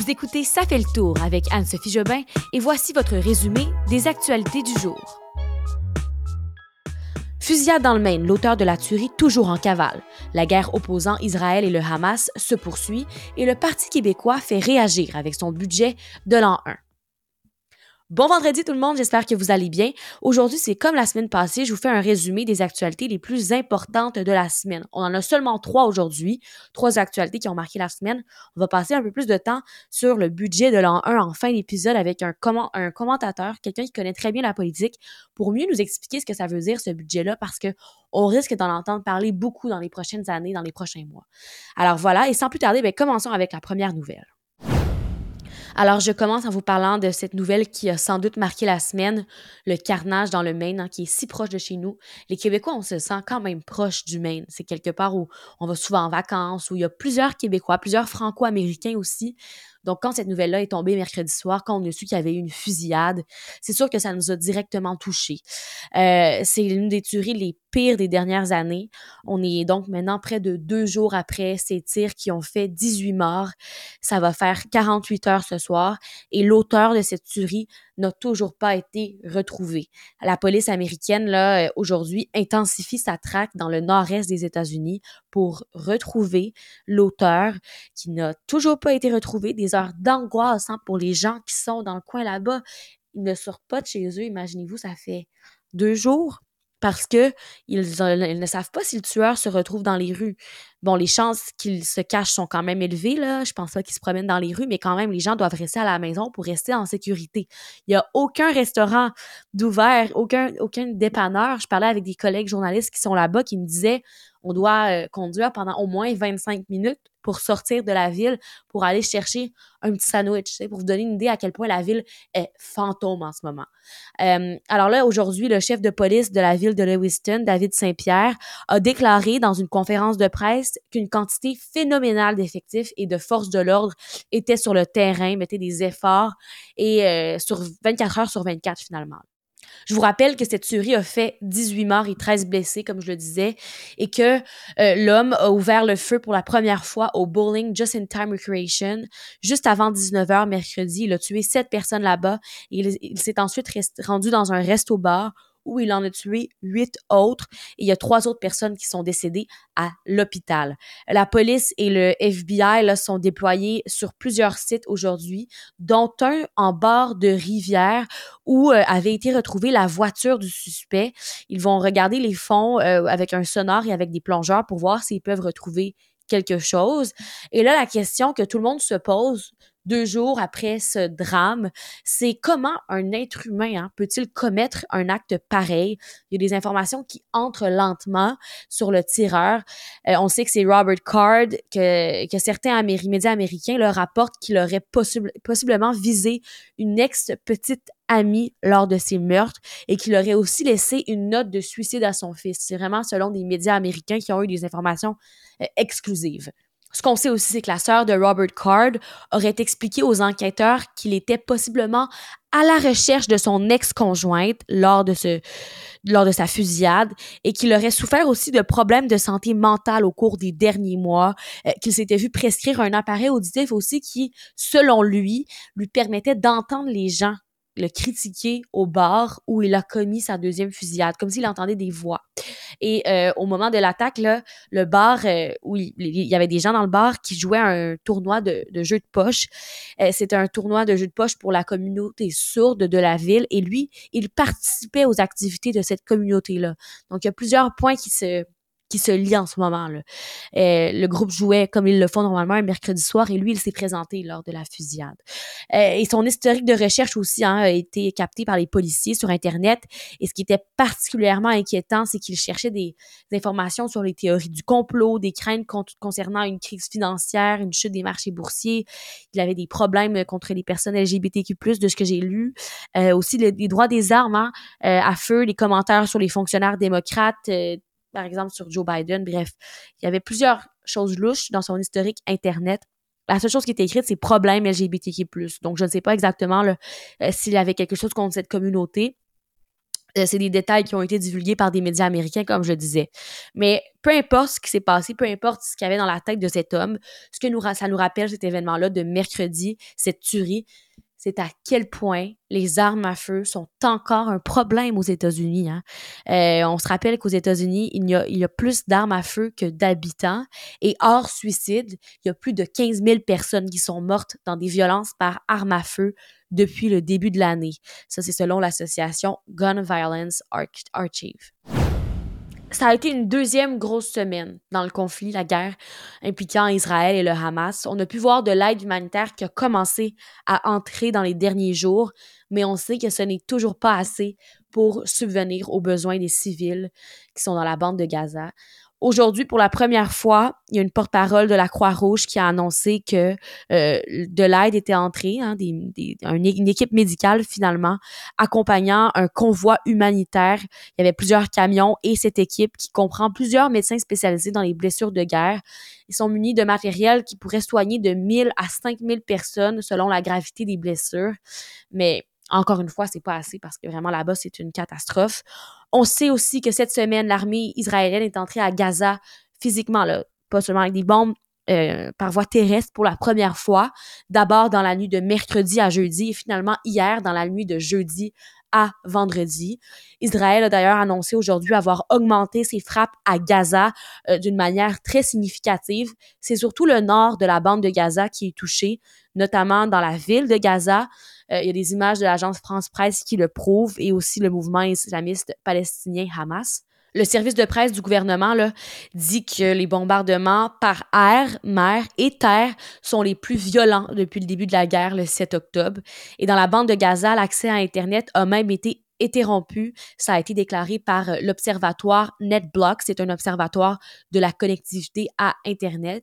Vous écoutez Ça fait le tour avec Anne-Sophie Jobin et voici votre résumé des actualités du jour. Fusillade dans le Maine, l'auteur de la tuerie toujours en cavale. La guerre opposant Israël et le Hamas se poursuit et le Parti québécois fait réagir avec son budget de l'an 1. Bon vendredi tout le monde, j'espère que vous allez bien. Aujourd'hui, c'est comme la semaine passée, je vous fais un résumé des actualités les plus importantes de la semaine. On en a seulement 3 aujourd'hui, 3 actualités qui ont marqué la semaine. On va passer un peu plus de temps sur le budget de l'an 1 en fin d'épisode avec un commentateur, quelqu'un qui connaît très bien la politique, pour mieux nous expliquer ce que ça veut dire ce budget-là parce que on risque d'en entendre parler beaucoup dans les prochaines années, dans les prochains mois. Alors voilà, et sans plus tarder, commençons avec la première nouvelle. Alors, je commence en vous parlant de cette nouvelle qui a sans doute marqué la semaine, le carnage dans le Maine, qui est si proche de chez nous. Les Québécois, on se sent quand même proche du Maine. C'est quelque part où on va souvent en vacances, où il y a plusieurs Québécois, plusieurs Franco-Américains aussi. Donc, quand cette nouvelle-là est tombée mercredi soir, quand on a su qu'il y avait eu une fusillade, c'est sûr que ça nous a directement touchés. C'est l'une des tueries les pires des dernières années. On est donc maintenant près de 2 jours après ces tirs qui ont fait 18 morts. Ça va faire 48 heures ce soir et l'auteur de cette tuerie n'a toujours pas été retrouvé. La police américaine, là, aujourd'hui, intensifie sa traque dans le nord-est des États-Unis pour retrouver l'auteur qui n'a toujours pas été retrouvé. Des heures d'angoisse pour les gens qui sont dans le coin là-bas. Ils ne sortent pas de chez eux. Imaginez-vous, ça fait 2 jours parce que ils ne savent pas si le tueur se retrouve dans les rues. Bon, les chances qu'il se cache sont quand même élevées, là. Je pense pas qu'il se promène dans les rues, mais quand même, les gens doivent rester à la maison pour rester en sécurité. Il y a aucun restaurant d'ouvert, aucun dépanneur. Je parlais avec des collègues journalistes qui sont là-bas qui me disaient on doit conduire pendant au moins 25 minutes pour sortir de la ville, pour aller chercher un petit sandwich, pour vous donner une idée à quel point la ville est fantôme en ce moment. Alors là, aujourd'hui, le chef de police de la ville de Lewiston, David Saint-Pierre, a déclaré dans une conférence de presse qu'une quantité phénoménale d'effectifs et de forces de l'ordre étaient sur le terrain, mettaient des efforts et sur 24 heures sur 24 finalement. Je vous rappelle que cette tuerie a fait 18 morts et 13 blessés, comme je le disais, et que l'homme a ouvert le feu pour la première fois au bowling Just in Time Recreation, juste avant 19h mercredi. Il a tué 7 personnes là-bas et il s'est ensuite rendu dans un resto-bar où il en a tué 8 autres et il y a 3 autres personnes qui sont décédées à l'hôpital. La police et le FBI là, sont déployés sur plusieurs sites aujourd'hui, dont un en bord de rivière où avait été retrouvée la voiture du suspect. Ils vont regarder les fonds avec un sonar et avec des plongeurs pour voir s'ils peuvent retrouver quelque chose. Et là, la question que tout le monde se pose 2 jours après ce drame, c'est comment un être humain peut-il commettre un acte pareil? Il y a des informations qui entrent lentement sur le tireur. On sait que c'est Robert Card, que certains médias américains leur rapportent qu'il aurait possiblement visé une ex-petite amie lors de ses meurtres et qu'il aurait aussi laissé une note de suicide à son fils. C'est vraiment selon des médias américains qui ont eu des informations exclusives. Ce qu'on sait aussi, c'est que la sœur de Robert Card aurait expliqué aux enquêteurs qu'il était possiblement à la recherche de son ex-conjointe lors de sa fusillade et qu'il aurait souffert aussi de problèmes de santé mentale au cours des derniers mois, qu'il s'était vu prescrire un appareil auditif aussi qui, selon lui permettait d'entendre les gens le critiquer au bar où il a commis sa deuxième fusillade, comme s'il entendait des voix. Et au moment de l'attaque, là, le bar où il y avait des gens dans le bar qui jouaient à un tournoi de jeux de poche. C'était un tournoi de jeux de poche pour la communauté sourde de la ville et lui, il participait aux activités de cette communauté-là. Donc, il y a plusieurs points qui se lient en ce moment, là. Le groupe jouait comme ils le font normalement un mercredi soir et lui, il s'est présenté lors de la fusillade. Et son historique de recherche aussi a été capté par les policiers sur Internet. Et ce qui était particulièrement inquiétant, c'est qu'il cherchait des informations sur les théories du complot, des craintes concernant une crise financière, une chute des marchés boursiers. Il avait des problèmes contre les personnes LGBTQ+, de ce que j'ai lu. Aussi, les droits des armes à feu, les commentaires sur les fonctionnaires démocrates, par exemple sur Joe Biden. Bref, il y avait plusieurs choses louches dans son historique Internet. La seule chose qui était écrite, c'est problème LGBTQ+. Donc, je ne sais pas exactement là, s'il y avait quelque chose contre cette communauté. C'est des détails qui ont été divulgués par des médias américains, comme je disais. Mais peu importe ce qui s'est passé, peu importe ce qu'il y avait dans la tête de cet homme, ça nous rappelle cet événement-là de mercredi, cette tuerie, c'est à quel point les armes à feu sont encore un problème aux États-Unis. Hein. On se rappelle qu'aux États-Unis, il y a plus d'armes à feu que d'habitants. Et hors suicide, il y a plus de 15 000 personnes qui sont mortes dans des violences par armes à feu depuis le début de l'année. Ça, c'est selon l'association Gun Violence Archive. Ça a été une deuxième grosse semaine dans le conflit, la guerre impliquant Israël et le Hamas. On a pu voir de l'aide humanitaire qui a commencé à entrer dans les derniers jours, mais on sait que ce n'est toujours pas assez pour subvenir aux besoins des civils qui sont dans la bande de Gaza. Aujourd'hui, pour la première fois, il y a une porte-parole de la Croix-Rouge qui a annoncé que de l'aide était entrée, hein, une équipe médicale finalement, accompagnant un convoi humanitaire. Il y avait plusieurs camions et cette équipe qui comprend plusieurs médecins spécialisés dans les blessures de guerre. Ils sont munis de matériel qui pourrait soigner de 1000 à 5000 personnes selon la gravité des blessures. Mais encore une fois, c'est pas assez parce que vraiment là-bas, c'est une catastrophe. On sait aussi que cette semaine, l'armée israélienne est entrée à Gaza physiquement, là, pas seulement avec des bombes, par voie terrestre pour la première fois. D'abord dans la nuit de mercredi à jeudi et finalement hier dans la nuit de jeudi à vendredi. Israël a d'ailleurs annoncé aujourd'hui avoir augmenté ses frappes à Gaza d'une manière très significative. C'est surtout le nord de la bande de Gaza qui est touché, notamment dans la ville de Gaza. Il y a des images de l'agence France-Presse qui le prouvent et aussi le mouvement islamiste palestinien Hamas. Le service de presse du gouvernement là, dit que les bombardements par air, mer et terre sont les plus violents depuis le début de la guerre le 7 octobre. Et dans la bande de Gaza, l'accès à Internet a même été interrompu. Ça a été déclaré par l'observatoire NetBlocks. C'est un observatoire de la connectivité à Internet.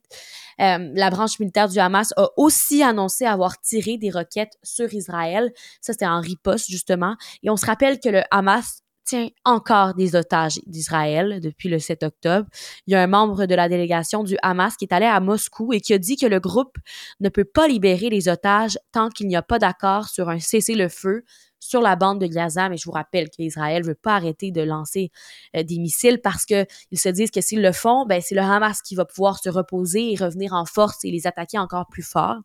La branche militaire du Hamas a aussi annoncé avoir tiré des roquettes sur Israël. Ça, c'était en riposte, justement. Et on se rappelle que le Hamas tient encore des otages d'Israël depuis le 7 octobre. Il y a un membre de la délégation du Hamas qui est allé à Moscou et qui a dit que le groupe ne peut pas libérer les otages tant qu'il n'y a pas d'accord sur un cessez-le-feu sur la bande de Gaza. Mais je vous rappelle qu'Israël ne veut pas arrêter de lancer des missiles parce qu'ils se disent que s'ils le font, ben, c'est le Hamas qui va pouvoir se reposer et revenir en force et les attaquer encore plus fort.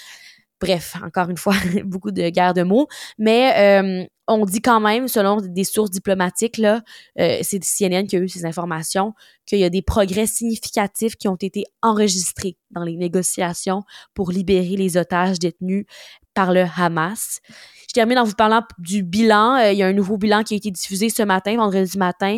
Bref, encore une fois, beaucoup de guerre de mots. Mais on dit quand même, selon des sources diplomatiques, là, c'est CNN qui a eu ces informations, qu'il y a des progrès significatifs qui ont été enregistrés dans les négociations pour libérer les otages détenus par le Hamas. Je termine en vous parlant du bilan. Il y a un nouveau bilan qui a été diffusé ce matin, vendredi matin.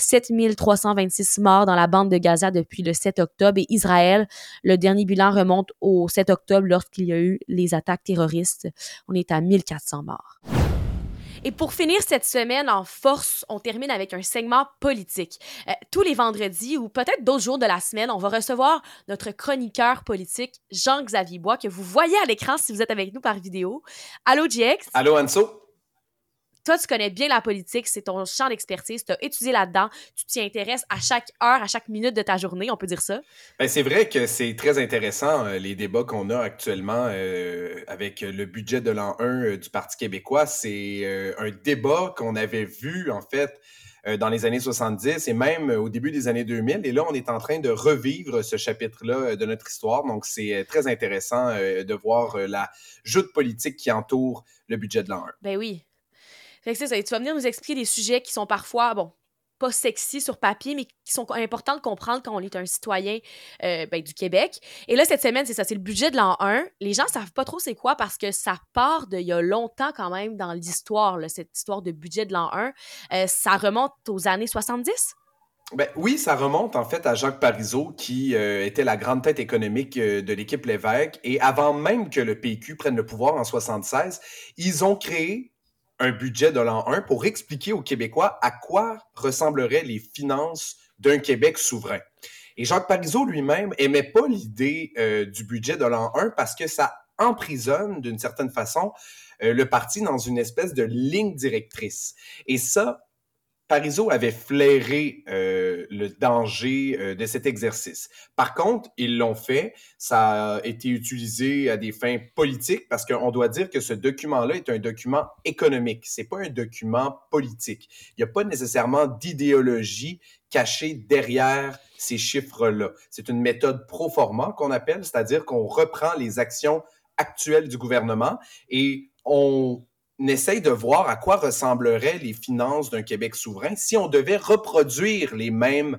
7326 morts dans la bande de Gaza depuis le 7 octobre. Et Israël, le dernier bilan remonte au 7 octobre lorsqu'il y a eu les attaques terroristes. On est à 1400 morts. Et pour finir cette semaine en force, on termine avec un segment politique. Tous les vendredis ou peut-être d'autres jours de la semaine, on va recevoir notre chroniqueur politique, Jean-Xavier Bois, que vous voyez à l'écran si vous êtes avec nous par vidéo. Allô, JX? Allô, Anso? Toi, tu connais bien la politique, c'est ton champ d'expertise, tu as étudié là-dedans, tu t'y intéresses à chaque heure, à chaque minute de ta journée, on peut dire ça? Ben, c'est vrai que c'est très intéressant, les débats qu'on a actuellement avec le budget de l'an 1 du Parti québécois. C'est un débat qu'on avait vu, en fait, dans les années 70 et même au début des années 2000. Et là, on est en train de revivre ce chapitre-là de notre histoire. Donc, c'est très intéressant de voir la joute politique qui entoure le budget de l'an 1. Ben oui. Fait que c'est ça. Tu vas venir nous expliquer des sujets qui sont parfois, bon, pas sexy sur papier, mais qui sont importants de comprendre quand on est un citoyen du Québec. Et là, cette semaine, c'est ça, c'est le budget de l'an 1. Les gens savent pas trop c'est quoi parce que ça part d'il y a longtemps quand même dans l'histoire, là, cette histoire de budget de l'an 1. Ça remonte aux années 70? Ben, oui, ça remonte en fait à Jacques Parizeau, qui était la grande tête économique de l'équipe Lévesque. Et avant même que le PQ prenne le pouvoir en 76, ils ont créé un budget de l'an 1 pour expliquer aux Québécois à quoi ressembleraient les finances d'un Québec souverain. Et Jacques Parizeau lui-même aimait pas l'idée du budget de l'an 1 parce que ça emprisonne d'une certaine façon le parti dans une espèce de ligne directrice. Et ça, Parizeau avait flairé le danger de cet exercice. Par contre, ils l'ont fait. Ça a été utilisé à des fins politiques parce qu'on doit dire que ce document-là est un document économique. C'est pas un document politique. Il n'y a pas nécessairement d'idéologie cachée derrière ces chiffres-là. C'est une méthode pro forma qu'on appelle, c'est-à-dire qu'on reprend les actions actuelles du gouvernement et on essaye de voir à quoi ressembleraient les finances d'un Québec souverain si on devait reproduire les mêmes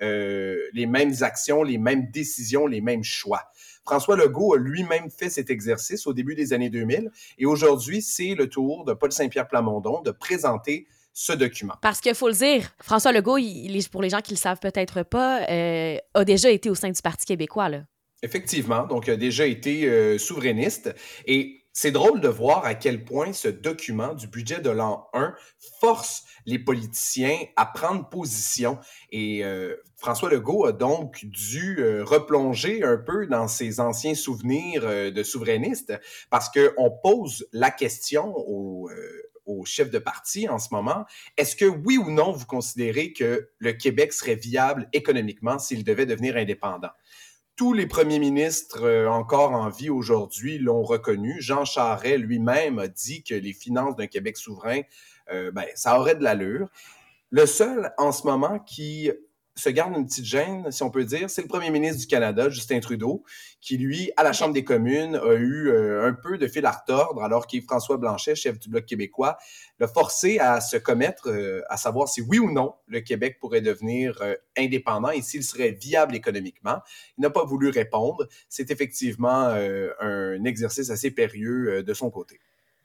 actions, les mêmes décisions, les mêmes choix. François Legault a lui-même fait cet exercice au début des années 2000 et aujourd'hui, c'est le tour de Paul Saint-Pierre Plamondon de présenter ce document. Parce qu'il faut le dire, François Legault, pour les gens qui ne le savent peut-être pas, a déjà été au sein du Parti québécois, là. Effectivement, donc a déjà été souverainiste et c'est drôle de voir à quel point ce document du budget de l'an 1 force les politiciens à prendre position. Et François Legault a donc dû replonger un peu dans ses anciens souvenirs de souverainiste parce qu'on pose la question au chef de parti en ce moment, est-ce que oui ou non vous considérez que le Québec serait viable économiquement s'il devait devenir indépendant? Tous les premiers ministres encore en vie aujourd'hui l'ont reconnu. Jean Charest lui-même a dit que les finances d'un Québec souverain, ça aurait de l'allure. Le seul en ce moment qui se garde une petite gêne, si on peut dire, c'est le premier ministre du Canada, Justin Trudeau, qui, lui, à la Chambre des communes, a eu un peu de fil à retordre, alors qu'Yves-François Blanchet, chef du Bloc québécois, l'a forcé à se commettre, à savoir si oui ou non le Québec pourrait devenir indépendant et s'il serait viable économiquement. Il n'a pas voulu répondre. C'est effectivement un exercice assez périlleux de son côté.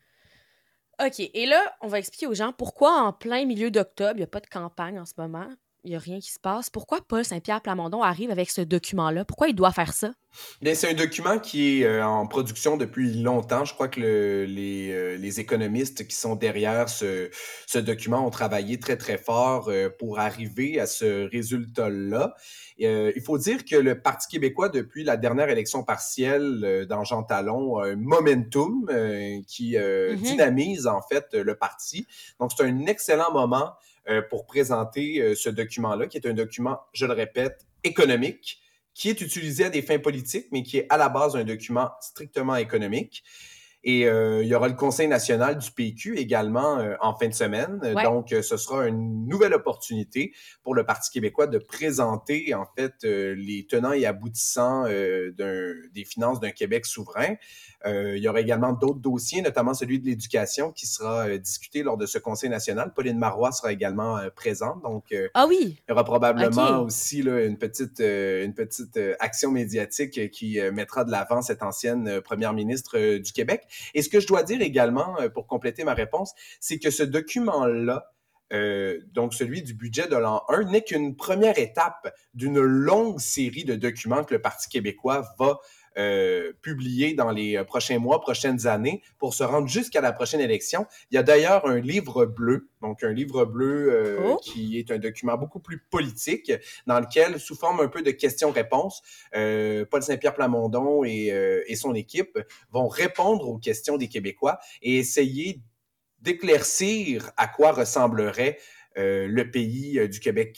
OK, et là, on va expliquer aux gens pourquoi en plein milieu d'octobre, il n'y a pas de campagne en ce moment, il n'y a rien qui se passe. Pourquoi Paul Saint-Pierre Plamondon arrive avec ce document-là? Pourquoi il doit faire ça? Bien, c'est un document qui est en production depuis longtemps. Je crois que les économistes qui sont derrière ce document ont travaillé très, très fort pour arriver à ce résultat-là. Il faut dire que le Parti québécois, depuis la dernière élection partielle dans Jean Talon, a un momentum qui dynamise en fait le parti. Donc, c'est un excellent moment pour présenter ce document-là, qui est un document, je le répète, économique, qui est utilisé à des fins politiques, mais qui est à la base un document strictement économique. Et il y aura le Conseil national du PQ également en fin de semaine. Ouais. Donc, ce sera une nouvelle opportunité pour le Parti québécois de présenter en fait les tenants et aboutissants des finances d'un Québec souverain. Il y aura également d'autres dossiers, notamment celui de l'éducation, qui sera discuté lors de ce Conseil national. Pauline Marois sera également présente. Donc, ah oui? Il y aura probablement aussi là, une petite action médiatique qui mettra de l'avant cette ancienne première ministre du Québec. Et ce que je dois dire également, pour compléter ma réponse, c'est que ce document-là, donc celui du budget de l'an 1, n'est qu'une première étape d'une longue série de documents que le Parti québécois va publier dans les prochains mois, prochaines années, pour se rendre jusqu'à la prochaine élection. Il y a d'ailleurs un livre bleu, donc un livre bleu qui est un document beaucoup plus politique, dans lequel, sous forme un peu de questions-réponses, Paul Saint-Pierre Plamondon et son équipe vont répondre aux questions des Québécois et essayer d'éclaircir à quoi ressemblerait le pays du Québec,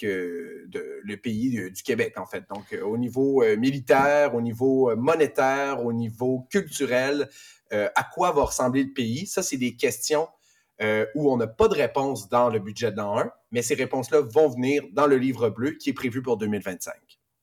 le pays du Québec, en fait. Donc, au niveau militaire, au niveau monétaire, au niveau culturel, à quoi va ressembler le pays? Ça, c'est des questions où on n'a pas de réponse dans le budget de l'an 1, mais ces réponses-là vont venir dans le livre bleu qui est prévu pour 2025.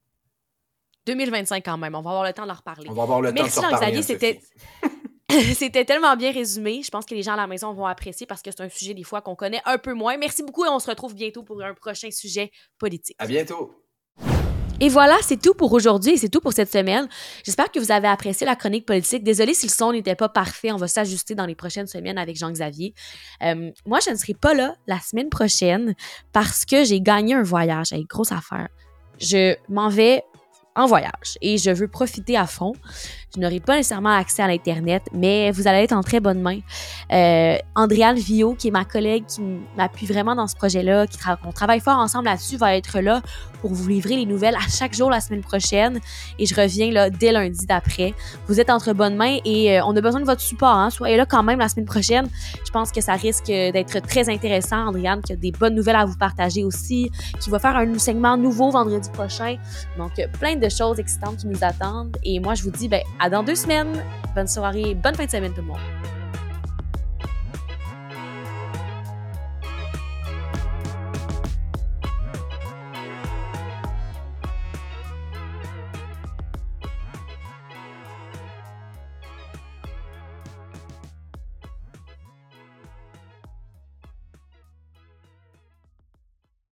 2025 quand même, on va avoir le temps de leur reparler. On va avoir le temps de se reparler. Merci Xavier, c'était tellement bien résumé. Je pense que les gens à la maison vont apprécier parce que c'est un sujet des fois qu'on connaît un peu moins. Merci beaucoup et on se retrouve bientôt pour un prochain sujet politique. À bientôt. Et voilà, c'est tout pour aujourd'hui et c'est tout pour cette semaine. J'espère que vous avez apprécié la chronique politique. Désolée si le son n'était pas parfait. On va s'ajuster dans les prochaines semaines avec Jean-Xavier. Moi, je ne serai pas là la semaine prochaine parce que j'ai gagné un voyage. Hey, grosse affaire. Je m'en vais en voyage et je veux profiter à fond. Je n'aurai pas nécessairement accès à l'Internet, mais vous allez être en très bonne main. Andréane Villot, qui est ma collègue, qui m'appuie vraiment dans ce projet-là, on travaille fort ensemble là-dessus, va être là pour vous livrer les nouvelles à chaque jour la semaine prochaine et je reviens là, dès lundi d'après. Vous êtes entre bonnes mains et on a besoin de votre support. Hein? Soyez là quand même la semaine prochaine. Je pense que ça risque d'être très intéressant. Andréane qui a des bonnes nouvelles à vous partager aussi, qui va faire un segment nouveau vendredi prochain. Donc, plein de choses excitantes qui nous attendent. Et moi, je vous dis à dans 2 semaines. Bonne soirée, bonne fin de semaine tout le monde.